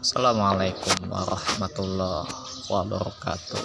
Assalamualaikum warahmatullahi wabarakatuh.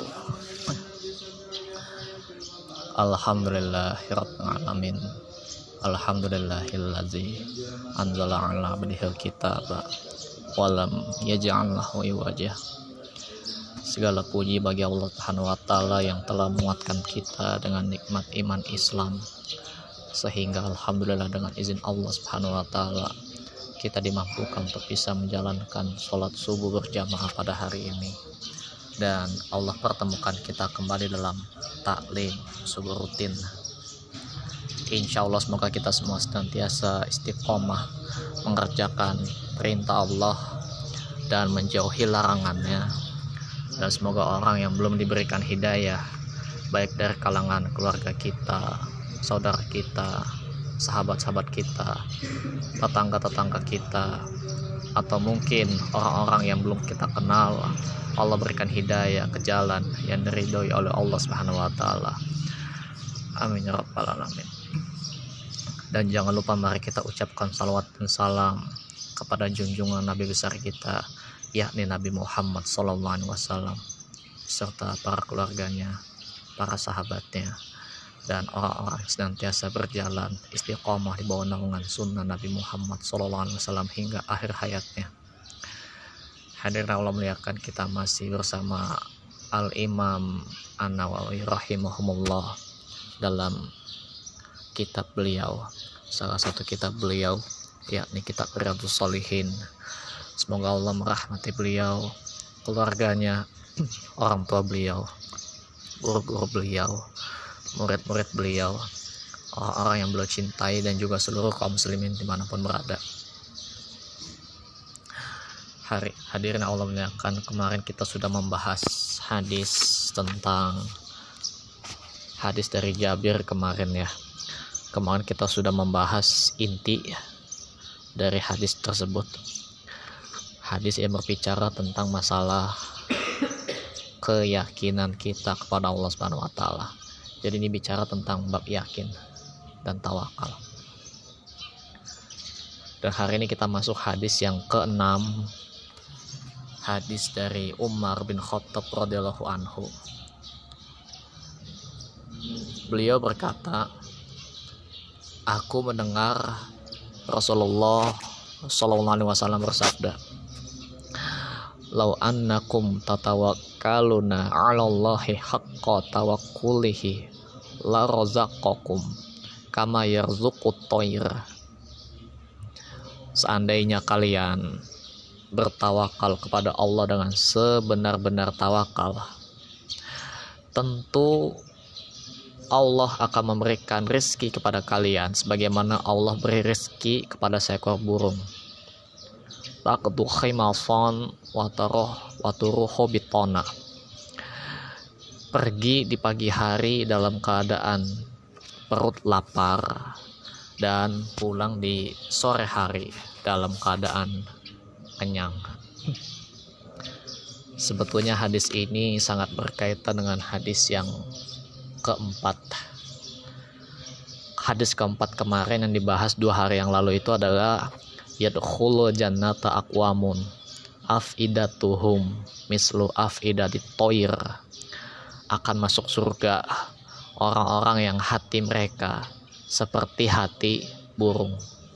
Alhamdulillahirabbil alamin. Alhamdulillahillazi anzala ala abdihil kitaba wa lam yaj'al lahu iwaja. Segala puji bagi Allah Subhanahu wa taala yang telah menguatkan kita dengan nikmat iman Islam, sehingga alhamdulillah dengan izin Allah Subhanahu wa taala kita dimampukan untuk bisa menjalankan sholat subuh berjamaah pada hari ini, dan Allah pertemukan kita kembali dalam taklim subuh rutin. Insya Allah semoga kita semua senantiasa istiqomah mengerjakan perintah Allah dan menjauhi larangannya, dan semoga orang yang belum diberikan hidayah, baik dari kalangan keluarga kita, saudara kita, sahabat-sahabat kita, tetangga-tetangga kita, atau mungkin orang-orang yang belum kita kenal, Allah berikan hidayah ke jalan yang diridhoi oleh Allah Subhanahu wa taala. Amin ya rabbal alamin. Dan jangan lupa mari kita ucapkan salawat dan salam kepada junjungan Nabi besar kita, yakni Nabi Muhammad SAW, serta para keluarganya, para sahabatnya, dan orang-orang yang senantiasa berjalan istiqomah di bawah naungan sunnah Nabi Muhammad SAW hingga akhir hayatnya. Hadirin Allah muliakan, kita masih bersama Al-Imam An-Nawawi rahimahumullah dalam kitab beliau, salah satu kitab beliau, yakni kitab Riyadhus Shalihin. Semoga Allah merahmati beliau, keluarganya, orang tua beliau, guru-guru beliau, murid-murid beliau, orang-orang yang beliau cintai, dan juga seluruh kaum muslimin dimanapun berada. Hadirin Allah muliakan, kemarin kita sudah membahas hadis dari Jabir kemarin ya. Kemarin kita sudah membahas inti dari hadis tersebut. Hadis yang berbicara tentang masalah keyakinan kita kepada Allah Subhanahu wa taala. Jadi ini bicara tentang bab yakin dan tawakal. Dan hari ini kita masuk hadis yang ke-6, hadis dari Umar bin Khattab radhiyallahu anhu. Beliau berkata, aku mendengar Rasulullah sallallahu alaihi wasallam bersabda, "Lau annakum tatawakkaluna 'alallahi haqqa tawakkulihi la razaqakum kama yarzuqut thair." Seandainya kalian bertawakal kepada Allah dengan sebenar-benar tawakal, tentu Allah akan memberikan rezeki kepada kalian sebagaimana Allah beri rezeki kepada seekor burung. Taqdu khimasan wa turuhu bitona. Pergi di pagi hari dalam keadaan perut lapar, dan pulang di sore hari dalam keadaan kenyang. Sebetulnya hadis ini sangat berkaitan dengan hadis yang keempat. Hadis keempat kemarin yang dibahas 2 hari yang lalu itu adalah yadkhulu jannata aqwamun afidatuhum mislu afidatit toir. Akan masuk surga orang-orang yang hati mereka seperti hati burung.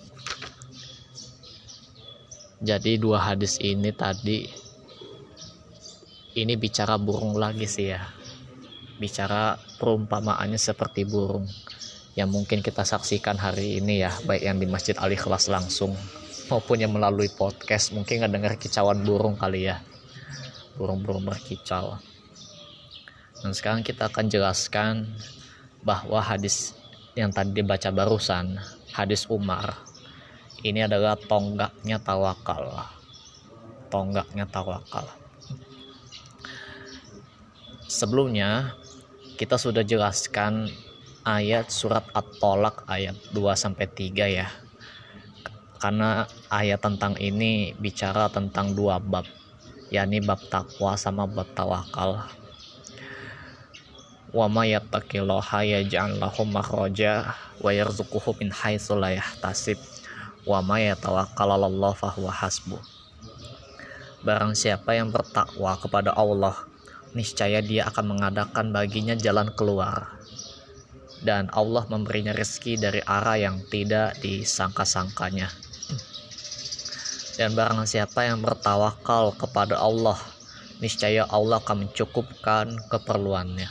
Jadi 2 hadis ini tadi, ini bicara burung lagi sih ya, bicara perumpamaannya seperti burung yang mungkin kita saksikan hari ini ya, baik yang di Masjid Al-Ikhlas langsung maupun yang melalui podcast. Mungkin nggak dengar kicauan burung kali ya, burung-burung berkicau. Dan sekarang kita akan jelaskan bahwa hadis yang tadi dibaca barusan, hadis Umar, ini adalah tonggaknya tawakal. Sebelumnya kita sudah jelaskan ayat surat At-Tolak ayat 2-3 ya. Karena ayat tentang ini bicara tentang 2 bab, yakni bab takwa sama bab tawakal. Wa may yattaqillaha yaj'al lahu makhraja wa yarzuquhu min haitsu la yahtasib wa may yatawakkal 'alallahi fa huwa hasbuh. Barang siapa yang bertakwa kepada Allah, niscaya dia akan mengadakan baginya jalan keluar, dan Allah memberinya rezeki dari arah yang tidak disangka-sangkanya. Dan barang siapa yang bertawakal kepada Allah, niscaya Allah akan mencukupkan keperluannya.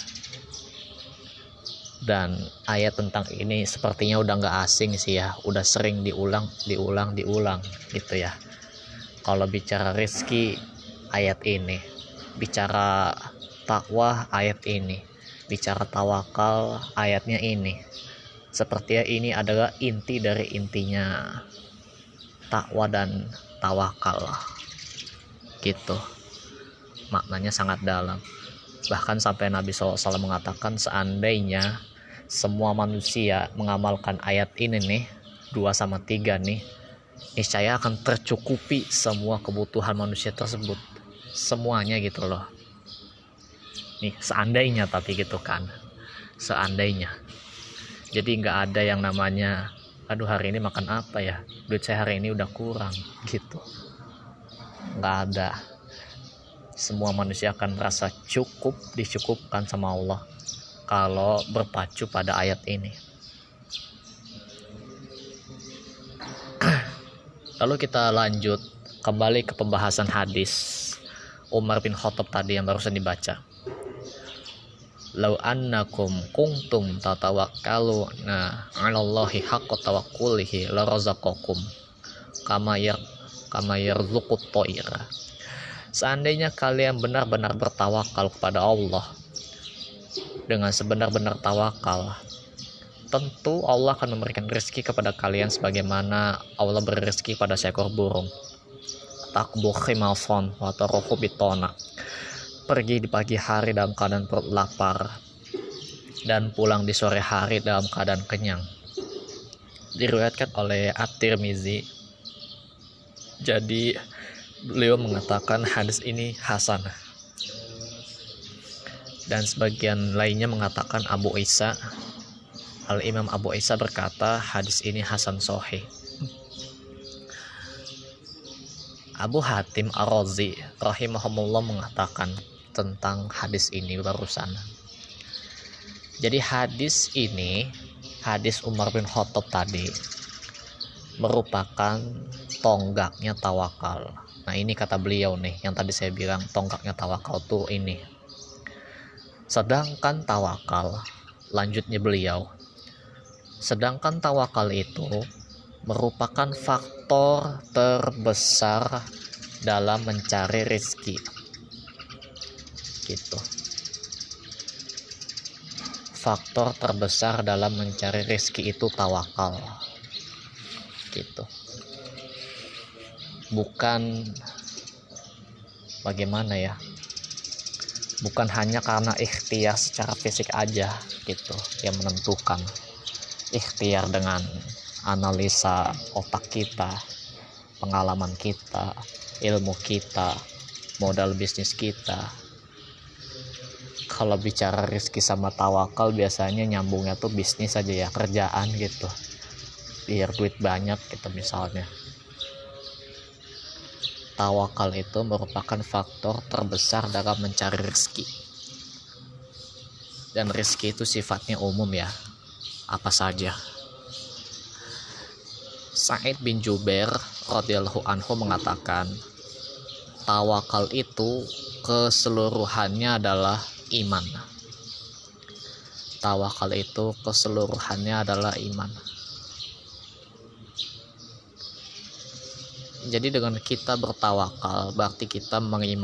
Dan ayat tentang ini sepertinya udah nggak asing sih ya, udah sering diulang gitu ya. Kalau bicara rezeki, ayat ini. Bicara takwa, ayat ini. Bicara tawakal, ayatnya ini. Sepertinya ini adalah inti dari intinya takwa dan tawakal. Gitu. Maknanya sangat dalam. Bahkan sampai Nabi SAW mengatakan seandainya semua manusia mengamalkan ayat ini nih, 2/3 nih, niscaya akan tercukupi semua kebutuhan manusia tersebut, semuanya gitu loh. Nih seandainya, tapi gitu kan, seandainya. Jadi nggak ada yang namanya aduh hari ini makan apa ya, duit saya hari ini udah kurang gitu, nggak ada. Semua manusia akan merasa cukup, dicukupkan sama Allah kalau berpacu pada ayat ini. Lalu kita lanjut kembali ke pembahasan hadis Umar bin Khattab tadi yang barusan dibaca. Lau annakum kuntum tatawakkaluna 'alallahi haqqa tawakkulihi la razaqakum kama yarzuqut thaira. Seandainya kalian benar-benar bertawakal kepada Allah dengan sebenar-benar tawakal, tentu Allah akan memberikan rezeki kepada kalian sebagaimana Allah beri rezeki pada seekor burung. Takbu khimafon wa taruhu bitona. Pergi di pagi hari dalam keadaan perut lapar dan pulang di sore hari dalam keadaan kenyang. Diriwayatkan oleh At-Tirmizi. Jadi beliau mengatakan hadis ini hasan. Dan sebagian lainnya mengatakan Abu Isa, Al-Imam Abu Isa berkata hadis ini hasan sahih. Abu Hatim Ar-Razi rahimahumullah mengatakan tentang hadis ini barusan. Jadi hadis ini, hadis Umar bin Khattab tadi, merupakan tonggaknya tawakal. Nah ini kata beliau nih, yang tadi saya bilang tonggaknya tawakal tuh ini. Sedangkan tawakal, lanjutnya beliau, sedangkan tawakal itu merupakan faktor terbesar dalam mencari rezeki. Gitu. Faktor terbesar dalam mencari rezeki itu tawakal. Gitu. Bukan bagaimana ya? Bukan hanya karena ikhtiar secara fisik aja gitu yang menentukan. Ikhtiar dengan analisa otak kita, pengalaman kita, ilmu kita, modal bisnis kita. Kalau bicara rezeki sama tawakal biasanya nyambungnya tuh bisnis aja ya, kerjaan gitu, biar duit banyak gitu misalnya. Tawakal itu merupakan faktor terbesar dalam mencari rezeki. Dan rezeki itu sifatnya umum ya, apa saja. Sa'id bin Jubair radhiyallahu anhu mengatakan, tawakal itu keseluruhannya adalah iman. Tawakal itu keseluruhannya adalah iman. Jadi dengan kita bertawakal berarti kita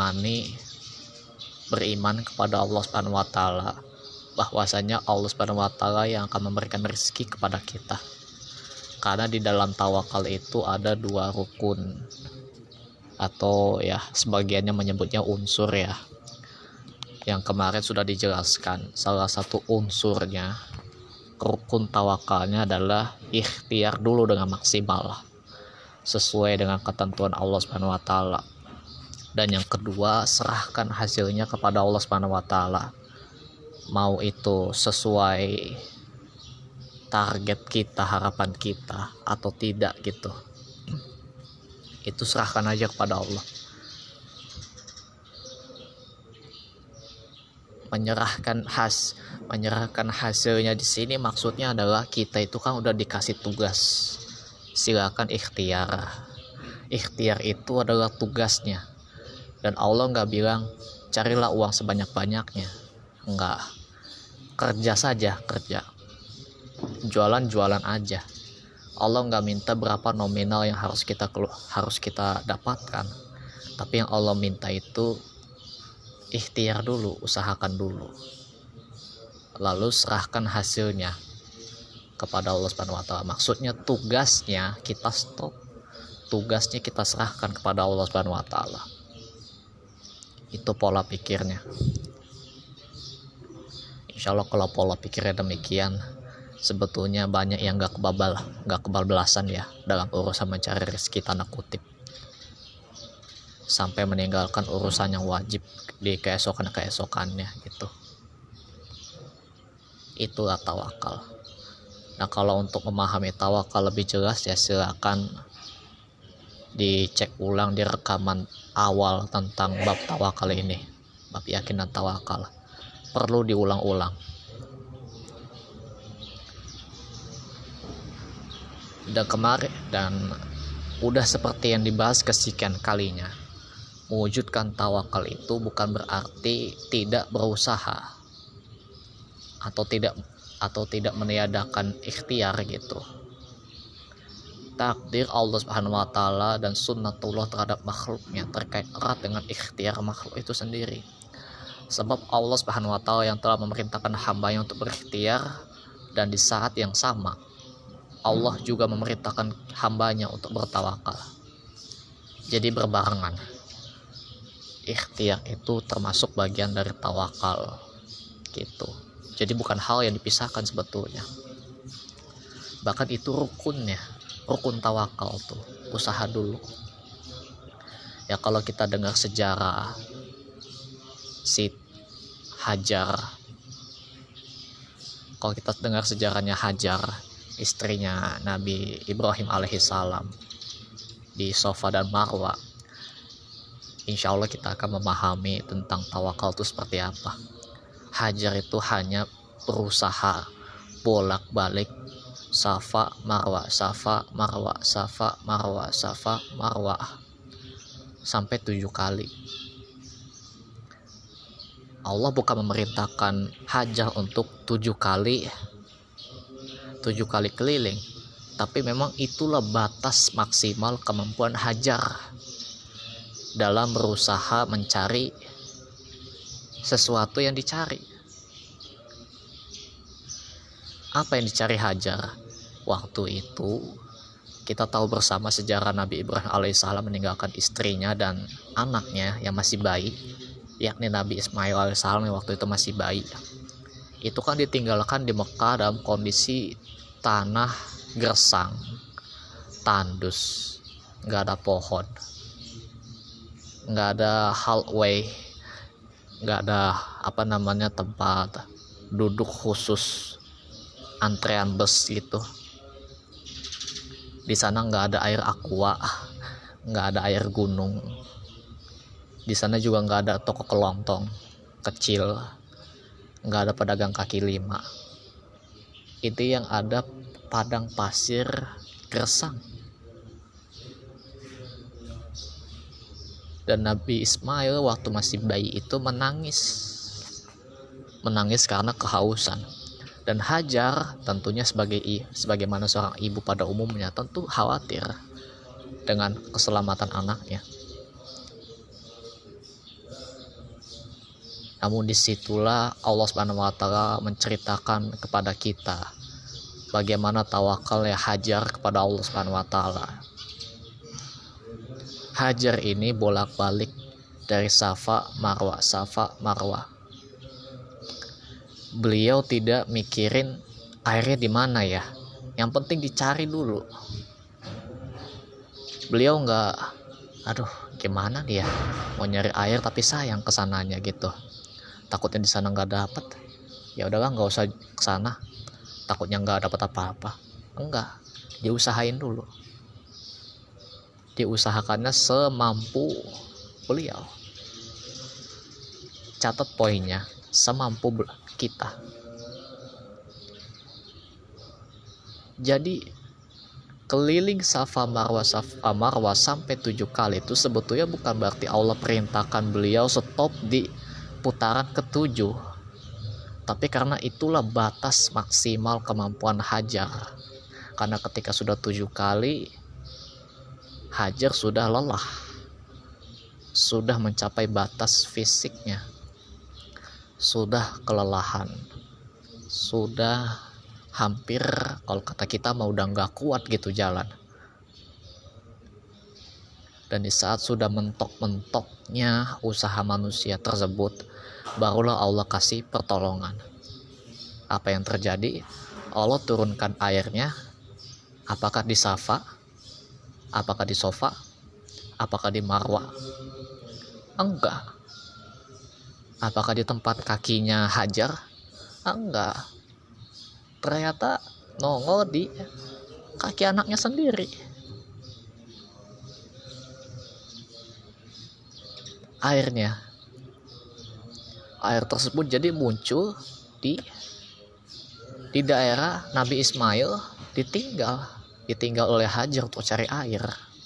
beriman kepada Allah Subhanahu wa taala, bahwasanya Allah Subhanahu wa taala yang akan memberikan rezeki kepada kita. Karena di dalam tawakal itu ada 2 rukun, atau ya sebagiannya menyebutnya unsur ya, yang kemarin sudah dijelaskan. Salah satu unsurnya, rukun tawakalnya adalah ikhtiar dulu dengan maksimal sesuai dengan ketentuan Allah Subhanahu wa taala. Dan yang kedua, serahkan hasilnya kepada Allah Subhanahu wa taala. Mau itu sesuai target kita, harapan kita atau tidak gitu. Itu serahkan aja kepada Allah. menyerahkan hasilnya di sini maksudnya adalah kita itu kan udah dikasih tugas, silakan ikhtiar. Ikhtiar itu adalah tugasnya, dan Allah nggak bilang carilah uang sebanyak-banyaknya, enggak, kerja saja, kerja, jualan aja. Allah nggak minta berapa nominal yang harus kita dapatkan, tapi yang Allah minta itu ikhtiar dulu, usahakan dulu, lalu serahkan hasilnya kepada Allah Subhanahu wa taala. Maksudnya tugasnya kita stop, tugasnya kita serahkan kepada Allah Subhanahu wa taala. Itu pola pikirnya. Insya Allah kalau pola pikirnya demikian, sebetulnya banyak yang gak kebablasan ya dalam urusan mencari rezeki tanda kutip, sampai meninggalkan urusan yang wajib di keesokannya gitu. Itulah tawakal. Nah, kalau untuk memahami tawakal lebih jelas ya silakan dicek ulang di rekaman awal tentang bab tawakal ini, bab yakin dan tawakal. Perlu diulang-ulang. Dan udah seperti yang dibahas kesekian kalinya, mewujudkan tawakal itu bukan berarti tidak berusaha atau tidak meniadakan ikhtiar gitu. Takdir Allah Subhanahu wa taala dan sunnatullah terhadap makhluknya terkait erat dengan ikhtiar makhluk itu sendiri. Sebab Allah Subhanahu wa taala yang telah memerintahkan hambanya untuk berikhtiar, dan di saat yang sama Allah juga memerintahkan hambanya untuk bertawakal. Jadi berbarengan. Ikhtiar itu termasuk bagian dari tawakal gitu. Jadi bukan hal yang dipisahkan sebetulnya. Bahkan itu rukunnya, rukun tawakal tuh, usaha dulu. Ya kalau kita dengar sejarah si Hajar, kalau kita dengar sejarahnya Hajar, istrinya Nabi Ibrahim alaihissalam, di Safa dan Marwa, insya Allah kita akan memahami tentang tawakal itu seperti apa. Hajar itu hanya berusaha bolak-balik Safa Marwa, Safa Marwa, Safa Marwa, Safa Marwa sampai 7 kali. Allah bukan memerintahkan Hajar untuk 7 kali keliling, tapi memang itulah batas maksimal kemampuan Hajar dalam berusaha mencari sesuatu yang dicari. Apa yang dicari Hajar? Waktu itu kita tahu bersama sejarah Nabi Ibrahim alaihissalam meninggalkan istrinya dan anaknya yang masih bayi, yakni Nabi Ismail alaihissalam yang waktu itu masih bayi. Itu kan ditinggalkan di Mekah dalam kondisi tanah gersang, tandus, nggak ada pohon, nggak ada haltway, nggak ada tempat duduk khusus, antrean bus gitu. Di sana nggak ada air aqua, nggak ada air gunung. Di sana juga nggak ada toko kelontong kecil, nggak ada pedagang kaki lima. Itu yang ada padang pasir gersang. Dan Nabi Ismail waktu masih bayi itu menangis karena kehausan. Dan Hajar tentunya sebagaimana seorang ibu pada umumnya tentu khawatir dengan keselamatan anaknya. Namun disitulah Allah Subhanahu wa taala menceritakan kepada kita bagaimana tawakalnya Hajar kepada Allah Subhanahu wa taala. Hajar ini bolak-balik dari Safa Marwa. Beliau tidak mikirin airnya di mana ya, yang penting dicari dulu. Beliau nggak, gimana nih ya, mau nyari air tapi sayang kesananya gitu, takutnya di sana nggak dapet, ya udahlah nggak usah kesana, takutnya nggak dapat apa-apa. Enggak, diusahain dulu, diusahakannya semampu beliau. Catat poinnya, semampu kita. Jadi keliling Safa Marwah sampai 7 kali itu sebetulnya bukan berarti Allah perintahkan beliau stop di putaran ke-7, tapi karena itulah batas maksimal kemampuan Hajar. Karena ketika sudah 7 kali, Hajar sudah lelah, sudah mencapai batas fisiknya, sudah kelelahan, sudah hampir, kalau kata kita mau udah nggak kuat gitu jalan. Dan di saat sudah mentok-mentoknya usaha manusia tersebut, barulah Allah kasih pertolongan. Apa yang terjadi? Allah turunkan airnya. Apakah di Safa? Apakah di Sofa? Apakah di Marwah? Enggak. Apakah di tempat kakinya Hajar? Enggak. Ternyata nongol di kaki anaknya sendiri. Air tersebut jadi muncul di daerah Nabi Ismail, ditinggal oleh Hajar untuk cari air.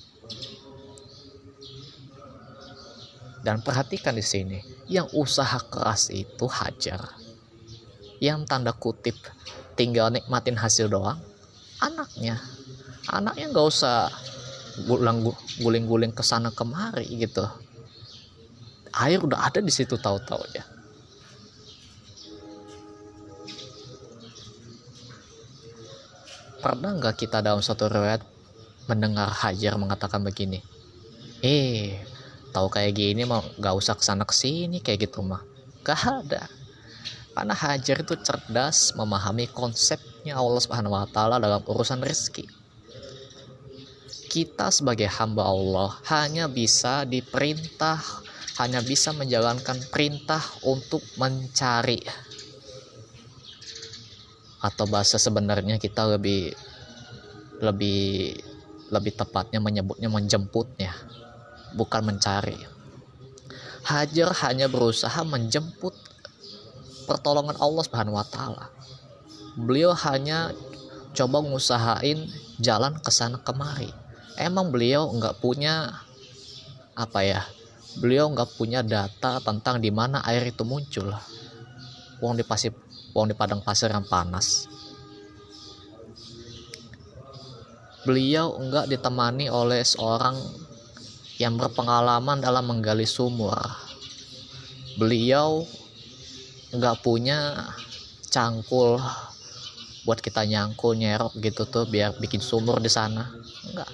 Dan perhatikan di sini, yang usaha keras itu Hajar, yang tanda kutip tinggal nikmatin hasil doang anaknya nggak usah guling-guling kesana kemari gitu. Air udah ada di situ tahu-tahu aja. Pernah nggak kita dalam suatu riwayat mendengar Hajar mengatakan begini, tahu kayak gini mau nggak usah kesana kesini kayak gitu mah? Gak ada. Karena Hajar itu cerdas, memahami konsepnya Allah Subhanahu wa taala dalam urusan rezeki. Kita sebagai hamba Allah hanya bisa diperintah, hanya bisa menjalankan perintah untuk mencari. Atau bahasa sebenarnya kita lebih tepatnya menyebutnya menjemputnya, bukan mencari. Hajar hanya berusaha menjemput pertolongan Allah Subhanahu wa taala. Beliau hanya coba ngusahain jalan ke sana kemari. Emang beliau nggak punya beliau nggak punya data tentang di mana air itu muncul. Wong di padang pasir yang panas. Beliau nggak ditemani oleh seorang yang berpengalaman dalam menggali sumur. Beliau nggak punya cangkul buat kita nyerok gitu tuh biar bikin sumur di sana. Enggak,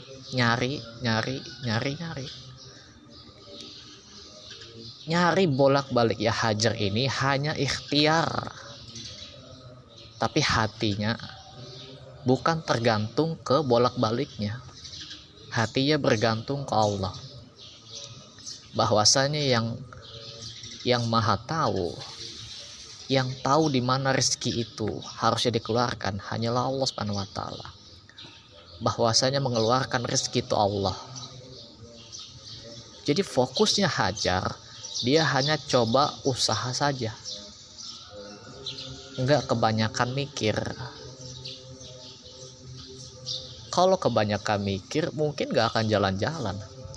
nyari bolak-balik. Ya Hajar ini hanya ikhtiar, tapi hatinya bukan tergantung ke bolak-baliknya. Hatinya bergantung ke Allah, bahwasanya yang maha tahu, yang tahu di mana rezeki itu harusnya dikeluarkan hanyalah Allah Subhanahu wa taala. Bahwasanya mengeluarkan rezeki itu Allah. Jadi fokusnya Hajar, dia hanya coba usaha saja. Enggak kebanyakan mikir. Kalau kebanyakan mikir mungkin gak akan jalan-jalan.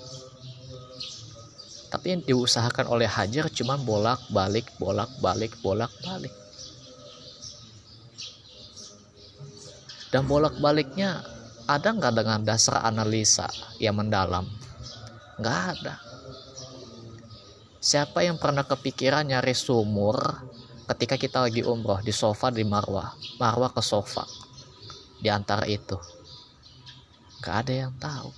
Tapi yang diusahakan oleh Hajar cuma bolak-balik. Dan bolak-baliknya ada nggak dengan dasar analisa yang mendalam? Nggak ada. Siapa yang pernah kepikiran nyari sumur ketika kita lagi umroh di Sofa di Marwah ke Sofa, di antara itu? Nggak ada yang tahu.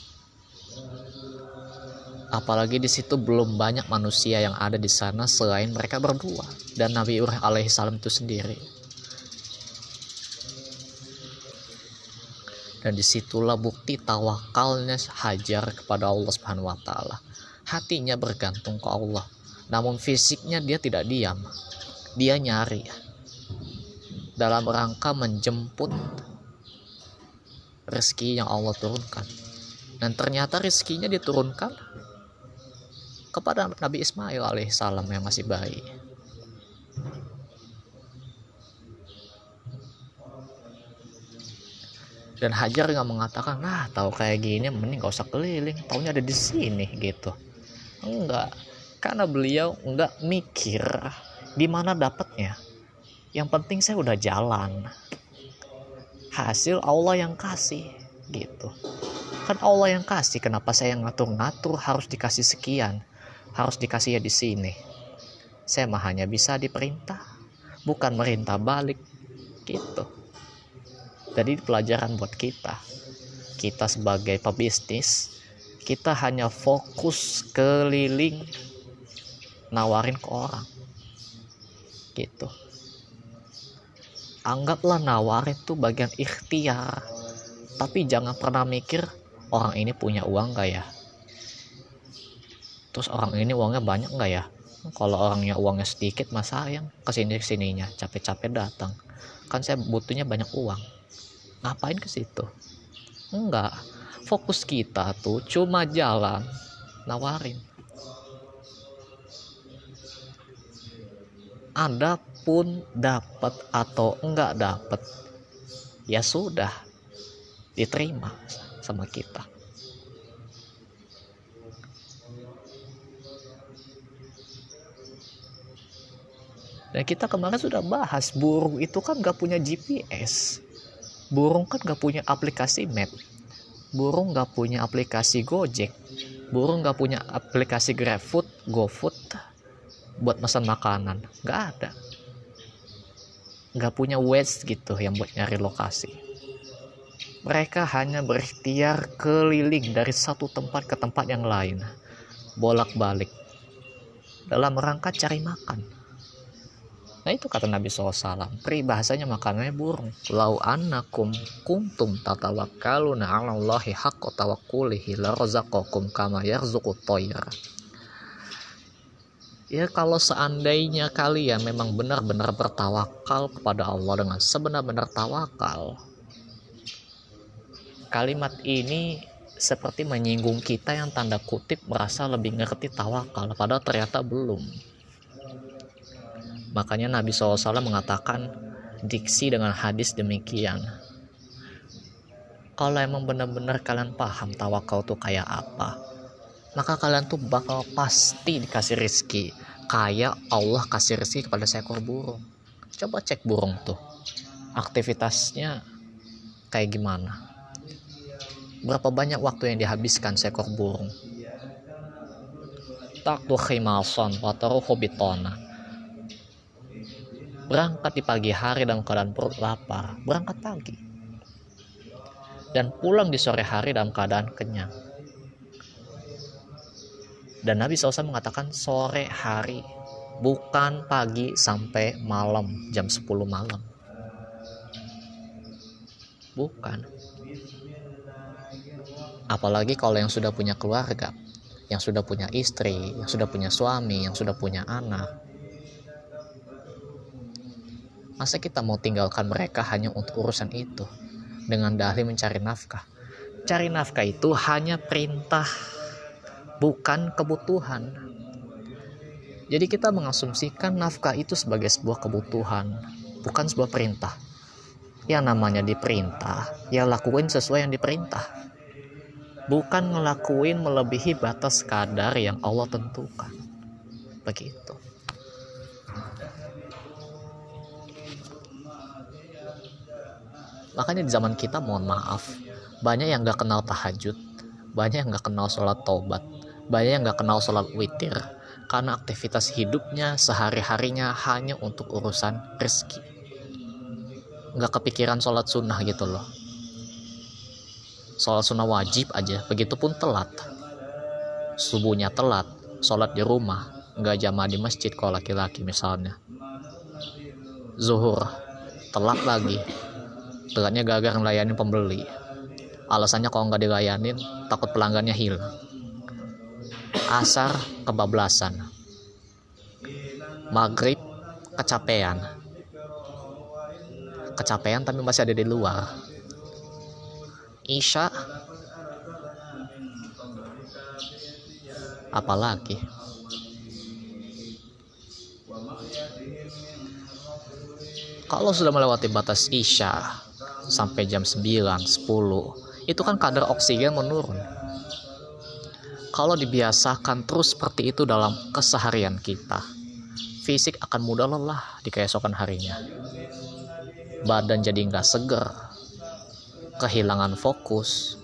Apalagi di situ belum banyak manusia yang ada di sana selain mereka berdua dan Nabi Ibrahim alaihissalam itu sendiri. Dan disitulah bukti tawakalnya Hajar kepada Allah Subhanahu wa taala. Hatinya bergantung ke Allah. Namun fisiknya dia tidak diam. Dia nyari dalam rangka menjemput rezeki yang Allah turunkan. Dan ternyata rezekinya diturunkan kepada Nabi Ismail alaihissalam yang masih bayi. Dan Hajar nggak mengatakan, nah tahu kayak gini mending gak usah keliling, taunya ada di sini gitu. Enggak, karena beliau nggak mikir di mana dapatnya. Yang penting saya udah jalan, hasil Allah yang kasih gitu. Kan Allah yang kasih, kenapa saya ngatur-ngatur harus dikasih sekian, harus dikasih ya di sini. Saya mah hanya bisa diperintah, bukan merintah balik gitu. Jadi pelajaran buat kita sebagai pebisnis, kita hanya fokus keliling nawarin ke orang gitu. Anggaplah nawarin tuh bagian ikhtiar, tapi jangan pernah mikir orang ini punya uang gak ya, terus orang ini uangnya banyak gak ya. Kalau orangnya uangnya sedikit mas sayang kesininya capek-capek datang, kan saya butuhnya banyak uang, ngapain ke situ. Enggak, fokus kita tuh cuma jalan nawarin. Adapun dapat atau enggak dapat, ya sudah diterima sama kita. Dan kita kemarin sudah bahas, burung itu kan gak punya GPS, burung kan gak punya aplikasi map, burung gak punya aplikasi Gojek, burung gak punya aplikasi GrabFood, GoFood buat pesan makanan, gak ada. Gak punya Waze gitu yang buat nyari lokasi. Mereka hanya berikhtiar keliling dari satu tempat ke tempat yang lain, bolak-balik dalam rangka cari makan. Nah itu kata Nabi SAW, peribahasanya makanannya burung. Lau annakum kuntum tatawakkaluna 'alallahi haqqa tawakkulihi la razaqakum kama yarzuqut thayra. Ya kalau seandainya kalian memang benar-benar bertawakal kepada Allah dengan sebenar-benar tawakal. Kalimat ini seperti menyinggung kita yang tanda kutip merasa lebih ngerti tawakal, padahal ternyata belum. Makanya Nabi SAW mengatakan diksi dengan hadis demikian. Kalau emang benar-benar kalian paham tawakal tuh kayak apa, maka kalian tuh bakal pasti dikasih rizki. Kayak Allah kasih rizki kepada seekor burung. Coba cek burung tuh, aktivitasnya kayak gimana. Berapa banyak waktu yang dihabiskan seekor burung. Taktu khimason wataruhu bitona. Berangkat di pagi hari dalam keadaan perut lapar, berangkat pagi, dan pulang di sore hari dalam keadaan kenyang. Dan Nabi SAW mengatakan sore hari, bukan pagi sampai malam, jam 10 malam. Bukan. Apalagi kalau yang sudah punya keluarga, yang sudah punya istri, yang sudah punya suami, yang sudah punya anak. Masa kita mau tinggalkan mereka hanya untuk urusan itu, dengan dalih mencari nafkah. Cari nafkah itu hanya perintah, bukan kebutuhan. Jadi kita mengasumsikan nafkah itu sebagai sebuah kebutuhan, bukan sebuah perintah. Yang namanya diperintah, ya lakuin sesuai yang diperintah, bukan ngelakuin melebihi batas kadar yang Allah tentukan. Begitu. Makanya di zaman kita, mohon maaf, banyak yang gak kenal tahajud, banyak yang gak kenal sholat taubat, banyak yang gak kenal sholat witir, karena aktivitas hidupnya sehari-harinya hanya untuk urusan rezeki. Gak kepikiran sholat sunnah gitu loh. Sholat sunnah wajib aja, begitupun telat. Subuhnya telat, sholat di rumah, gak jamaah di masjid kalau laki-laki misalnya. Zuhur, telat lagi. Telatnya gagal ngelayanin pembeli. Alasannya kalau nggak dilayanin takut pelanggannya hilang. Asar kebablasan. Maghrib kecapean tapi masih ada di luar. Isya apalagi. Kalau sudah melewati batas isya, sampai jam 9, 10, itu kan kadar oksigen menurun. Kalau dibiasakan terus seperti itu dalam keseharian kita, fisik akan mudah lelah di keesokan harinya. Badan jadi nggak seger, kehilangan fokus.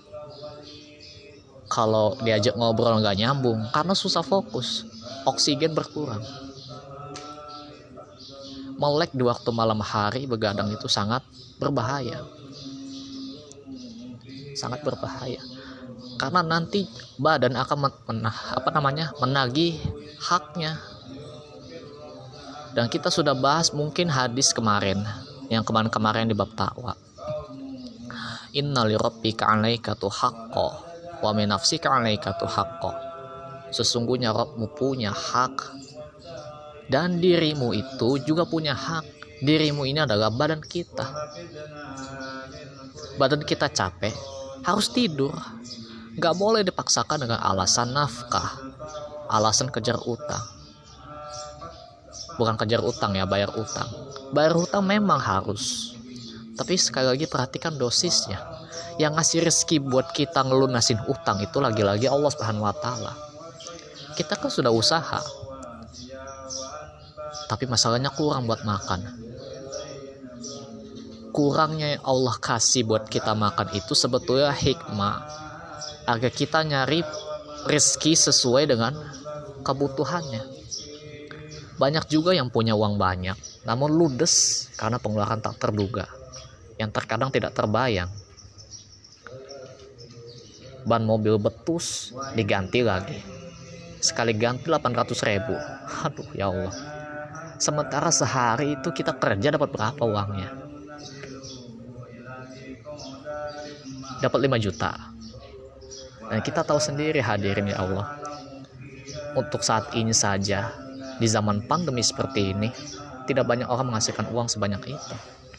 Kalau diajak ngobrol nggak nyambung karena susah fokus, oksigen berkurang. Melek di waktu malam hari begadang itu sangat berbahaya. Sangat berbahaya. Karena nanti badan akan menagih haknya. Dan kita sudah bahas mungkin hadis kemarin, yang kemarin di bab takwa. Inna li rabbika 'alaikatu haqqo wa min nafsika 'alaikatu haqqo. Sesungguhnya Rabbmu punya hak dan dirimu itu juga punya hak. Dirimu ini adalah badan kita. Badan kita capek, harus tidur. Gak boleh dipaksakan dengan alasan nafkah, alasan kejar utang. Bukan kejar utang ya, bayar utang. Bayar utang memang harus, tapi sekali lagi perhatikan dosisnya. Yang ngasih rezeki buat kita ngelunasin utang itu lagi-lagi Allah Subhanahu wa Ta'ala. Kita kan sudah usaha, tapi masalahnya kurang buat makan. Kurangnya Allah kasih buat kita makan itu sebetulnya hikmah agar kita nyari rezeki sesuai dengan kebutuhannya. Banyak juga yang punya uang banyak namun ludes karena pengeluaran tak terduga yang terkadang tidak terbayang. Ban mobil betus diganti lagi, sekali ganti 800.000. Aduh ya Allah. Sementara sehari itu kita kerja dapat berapa uangnya? Dapat 5 juta. Nah, kita tahu sendiri hadirin ya Allah, untuk saat ini saja di zaman pandemi seperti ini tidak banyak orang menghasilkan uang sebanyak itu.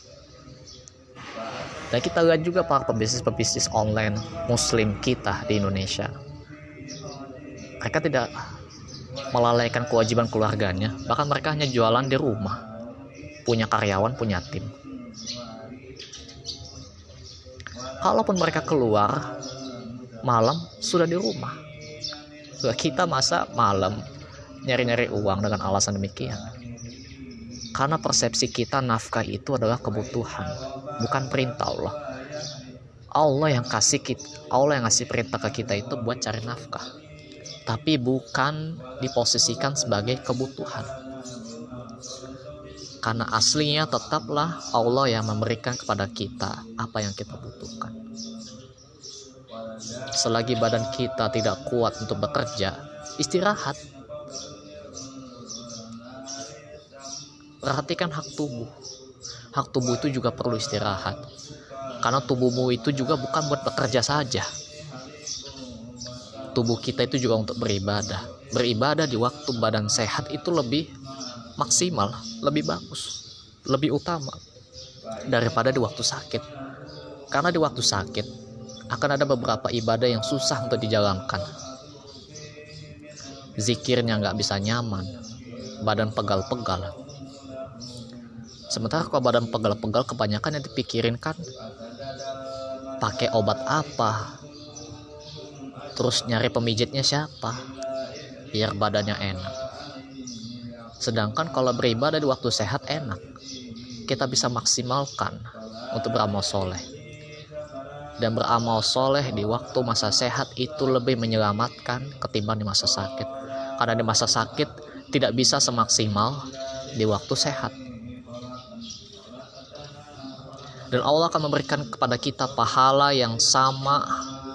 Dan kita lihat juga para pebisnis online muslim kita di Indonesia, mereka tidak melalaikan kewajiban keluarganya, bahkan mereka hanya jualan di rumah, punya karyawan, punya tim. Kalaupun mereka keluar malam sudah di rumah. Kita masa malam nyari-nyari uang dengan alasan demikian? Karena persepsi kita nafkah itu adalah kebutuhan, bukan perintah Allah. Allah yang ngasih perintah ke kita itu buat cari nafkah, tapi bukan diposisikan sebagai kebutuhan. Karena aslinya tetaplah Allah yang memberikan kepada kita apa yang kita butuhkan. Selagi badan kita tidak kuat untuk bekerja, istirahat. Perhatikan hak tubuh. Hak tubuh itu juga perlu istirahat. Karena tubuhmu itu juga bukan buat bekerja saja. Tubuh kita itu juga untuk beribadah. Beribadah di waktu badan sehat itu lebih maksimal, lebih bagus, lebih utama daripada di waktu sakit. Karena di waktu sakit akan ada beberapa ibadah yang susah untuk dijalankan. Zikirnya nggak bisa nyaman, badan pegal-pegal. Sementara kalau badan pegal-pegal kebanyakan yang dipikirin kan pakai obat apa, terus nyari pemijitnya siapa, biar badannya enak. Sedangkan kalau beribadah di waktu sehat enak, kita bisa maksimalkan untuk beramal soleh. Dan beramal soleh di waktu masa sehat itu lebih menyelamatkan ketimbang di masa sakit. Karena di masa sakit tidak bisa semaksimal di waktu sehat. Dan Allah akan memberikan kepada kita pahala yang sama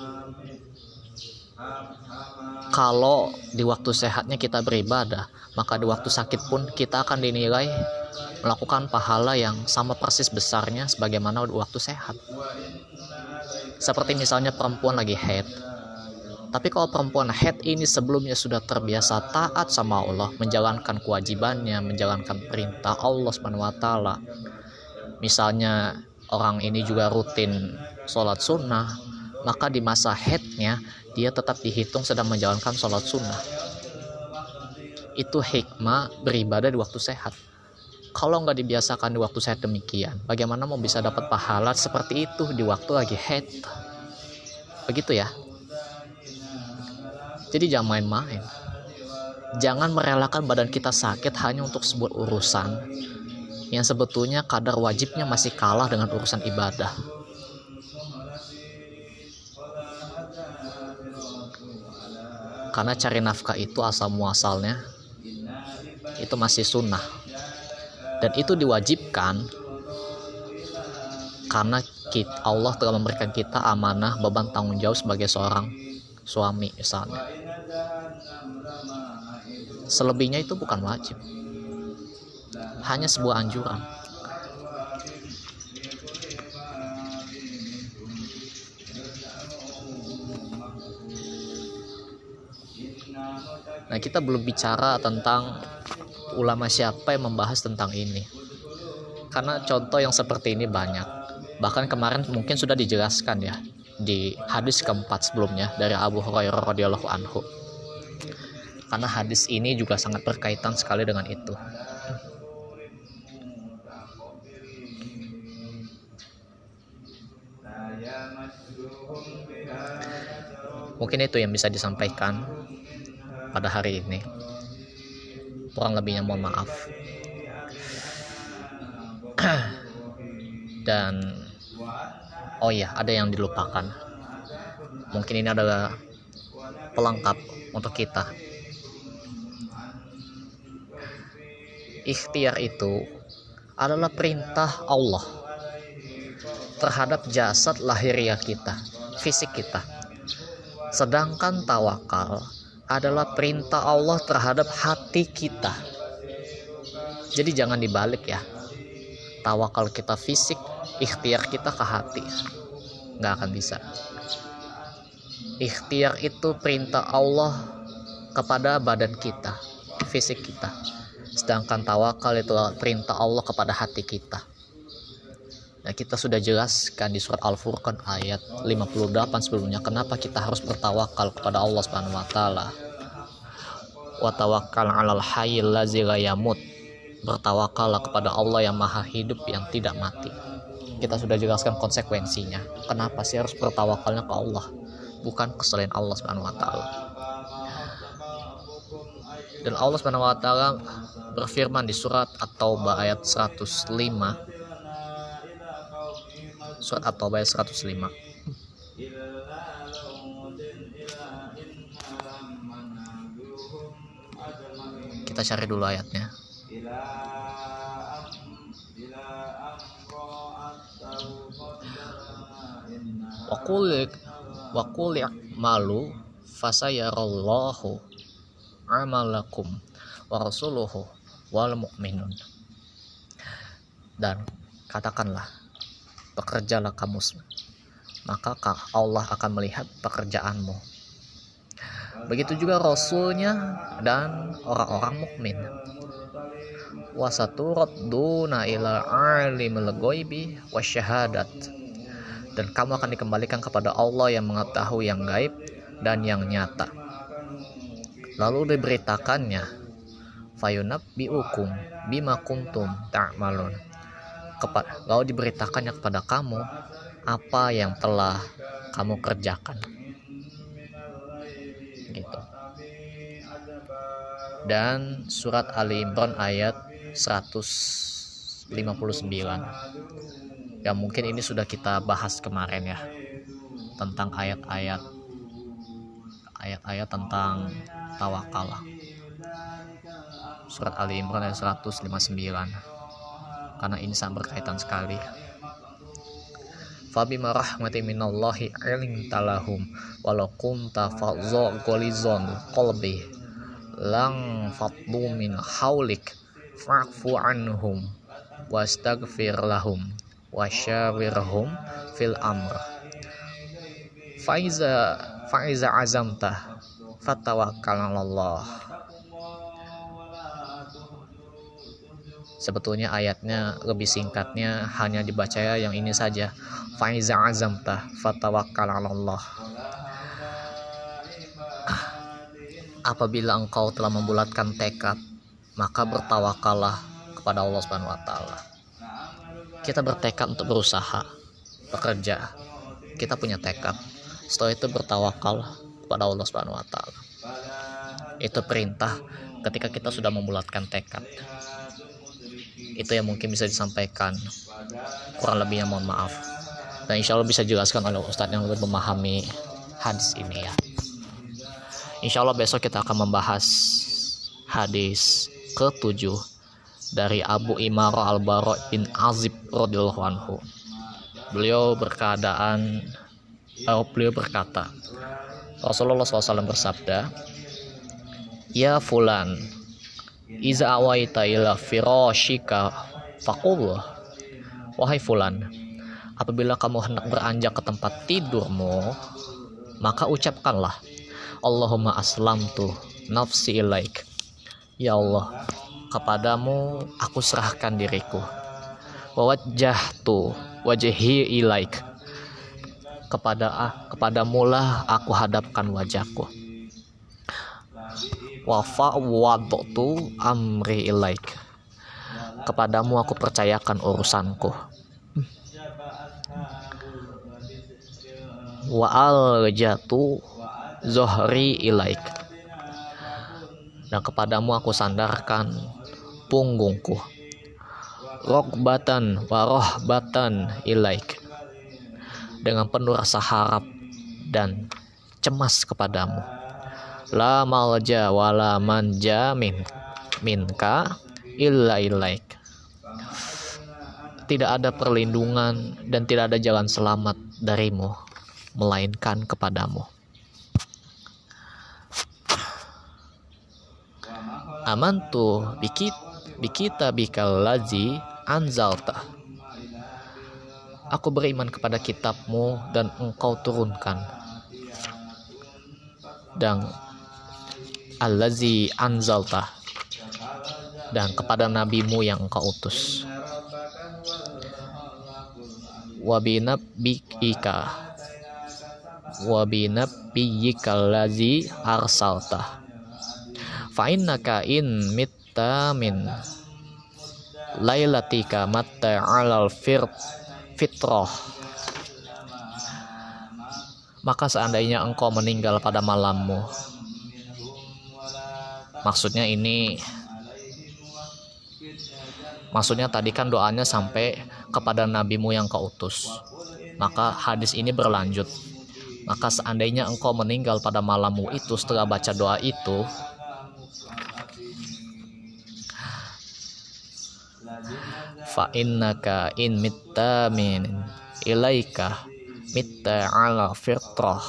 kalau di waktu sehatnya kita beribadah, maka di waktu sakit pun kita akan dinilai melakukan pahala yang sama persis besarnya sebagaimana di waktu sehat. Seperti misalnya perempuan lagi haid. Tapi kalau perempuan haid ini sebelumnya sudah terbiasa taat sama Allah, menjalankan kewajibannya, menjalankan perintah Allah SWT. Misalnya orang ini juga rutin sholat sunnah, maka di masa haidnya dia tetap dihitung sedang menjalankan sholat sunnah. Itu hikmah beribadah di waktu sehat. Kalau nggak dibiasakan di waktu saya demikian, bagaimana mau bisa dapat pahala seperti itu di waktu lagi haid? Begitu ya. Jadi jangan main-main. Jangan merelakan badan kita sakit hanya untuk sebuah urusan yang sebetulnya kadar wajibnya masih kalah dengan urusan ibadah. Karena cari nafkah itu asal muasalnya itu masih sunnah, dan itu diwajibkan karena Allah telah memberikan kita amanah beban tanggung jawab sebagai seorang suami misalnya. Selebihnya itu bukan wajib, hanya sebuah anjuran. Nah, kita belum bicara tentang ulama siapa yang membahas tentang ini, karena contoh yang seperti ini banyak. Bahkan kemarin mungkin sudah dijelaskan ya di hadis keempat sebelumnya dari Abu Hurairah radhiyallahu anhu. Karena hadis ini juga sangat berkaitan sekali dengan itu. Mungkin itu yang bisa disampaikan pada hari ini. Kurang lebihnya mohon maaf. Dan oh iya, ada yang dilupakan. Mungkin ini adalah pelengkap untuk kita. Ikhtiar itu adalah perintah Allah terhadap jasad lahiriah kita, fisik kita. Sedangkan tawakal adalah perintah Allah terhadap hati kita. Jadi jangan dibalik ya. Tawakal kita fisik, ikhtiar kita ke hati. Nggak akan bisa. Ikhtiar itu perintah Allah kepada badan kita, fisik kita. Sedangkan tawakal itu perintah Allah kepada hati kita. Nah, kita sudah jelaskan di surat Al-Furqan ayat 58 sebelumnya kenapa kita harus bertawakal kepada Allah Subhanahu wa taala. Wa tawakkal 'alal hayyil ladzi la yamut. Bertawakallah kepada Allah yang maha hidup yang tidak mati. Kita sudah jelaskan konsekuensinya. Kenapa sih harus bertawakalnya ke Allah, bukan ke selain Allah Subhanahu wa taala. Dan Allah Subhanahu wa taala berfirman di surat At-Taubah ayat 105. Surat At-Taubah ayat 105. Kita cari dulu ayatnya. Wa qul malu fasayarallahu amalakum wa rasuluhu wal mu'minun. Dan katakanlah, bekerjalah kamu, maka Allah akan melihat pekerjaanmu. Begitu juga Rasulnya dan orang-orang mukmin. Wasaturadduna ila alimil ghaibi wasyahadat. Dan kamu akan dikembalikan kepada Allah yang mengetahui yang gaib dan yang nyata. Lalu diberitakannya, fayunabbiukum bima kuntum ta'malun. Lalu diberitakannya kepada kamu apa yang telah kamu kerjakan. Gitu. Dan surat Ali Imran ayat 159. Ya mungkin ini sudah kita bahas kemarin ya, tentang ayat-ayat tentang tawakal. Surat Ali Imran ayat 159. Karena ini sangat berkaitan sekali. Fabima rahmatin minallahi alinta lahum walau kunta fadza ghalizan qalbi lang faddu min haulik fa'fu anhum wastaghfir lahum wasyawirhum fil amr faiza azamta fatawakkal 'alallah. Sebetulnya ayatnya lebih singkatnya hanya dibaca yang ini saja, faiza azamta fatawakkal 'alallah. Apabila engkau telah membulatkan tekad, maka bertawakallah kepada Allah Subhanahu wa taala. Kita bertekad untuk berusaha, bekerja. Kita punya tekad. Setelah itu bertawakal kepada Allah Subhanahu wa taala. Itu perintah ketika kita sudah membulatkan tekad. Itu yang mungkin bisa disampaikan. Kurang lebihnya mohon maaf. Dan insya Allah bisa dijelaskan oleh Ustadz yang lebih memahami hadis ini ya. Insya Allah besok kita akan membahas hadis ke-7 dari Abu Imarah Al-Bara bin Azib radhiyallahu anhu. Beliau berkata, Rasulullah SAW bersabda, "Ya fulan, iza awaita ila firashika faqul." Wahai fulan, apabila kamu hendak beranjak ke tempat tidurmu, maka ucapkanlah, Allahumma aslamtu nafsi ilaik. Ya Allah, kepadamu aku serahkan diriku. Wa wajjahtu wajhi ilaik. Kepadamulah aku hadapkan wajahku. Wa fa'wadtu amri ilaik. Kepadamu aku percayakan urusanku. Wa aljatu zohri ilaik. Dan kepadamu aku sandarkan punggungku. Rokbatan wa rohbatan ilaik. Dengan penuh rasa harap dan cemas kepadamu. La malja wa la manja minka illa ilaik. Tidak ada perlindungan dan tidak ada jalan selamat darimu melainkan kepadamu. Amantu bikitabikal ladzi anzalta. Aku beriman kepada kitabmu dan engkau turunkan. Dan al-ladzi anzalta, dan kepada nabimu yang engkau utus. Wa binabbiyika allazi arsalta. Fa innaka in mitta min lailatika matta 'alal fitrah. Maka seandainya engkau meninggal pada malammu. Maksudnya tadi kan doanya sampai kepada nabimu yang kau utus. Maka hadis ini berlanjut. Maka seandainya engkau meninggal pada malammu itu setelah baca doa itu, fa innaka in mitta min ilaika mitta ala fitrah.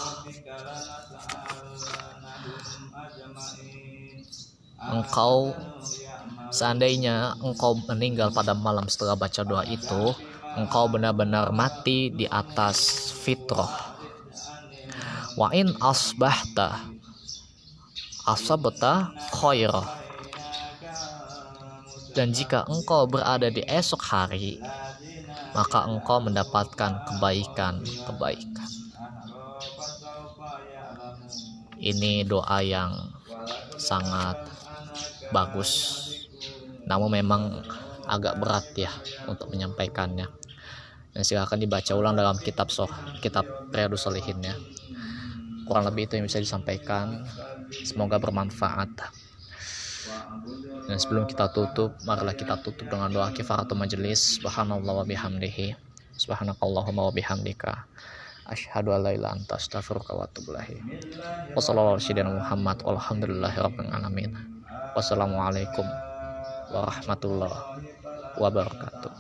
Seandainya engkau meninggal pada malam setelah baca doa itu, engkau benar-benar mati di atas fitrah. Wa in asbahta asabta khairah. Dan jika engkau berada di esok hari, maka engkau mendapatkan kebaikan. Ini doa yang sangat bagus, namun memang agak berat ya untuk menyampaikannya. Dan silakan dibaca ulang dalam kitab Riyadhus Shalihin ya. Kurang lebih itu yang bisa disampaikan. Semoga bermanfaat. Dan sebelum kita tutup, marilah kita tutup dengan doa kifaratul majelis. Subhanallah wa bihamdihi, subhanakallahumma wa bihamdika, asyhadu an la ilaha illa anta astaghfiruka wa atubu ilaik. Wassallallahu ala sayyidina Muhammad walhamdulillahirabbil alamin. Wassalamualaikum warahmatullahi wabarakatuh.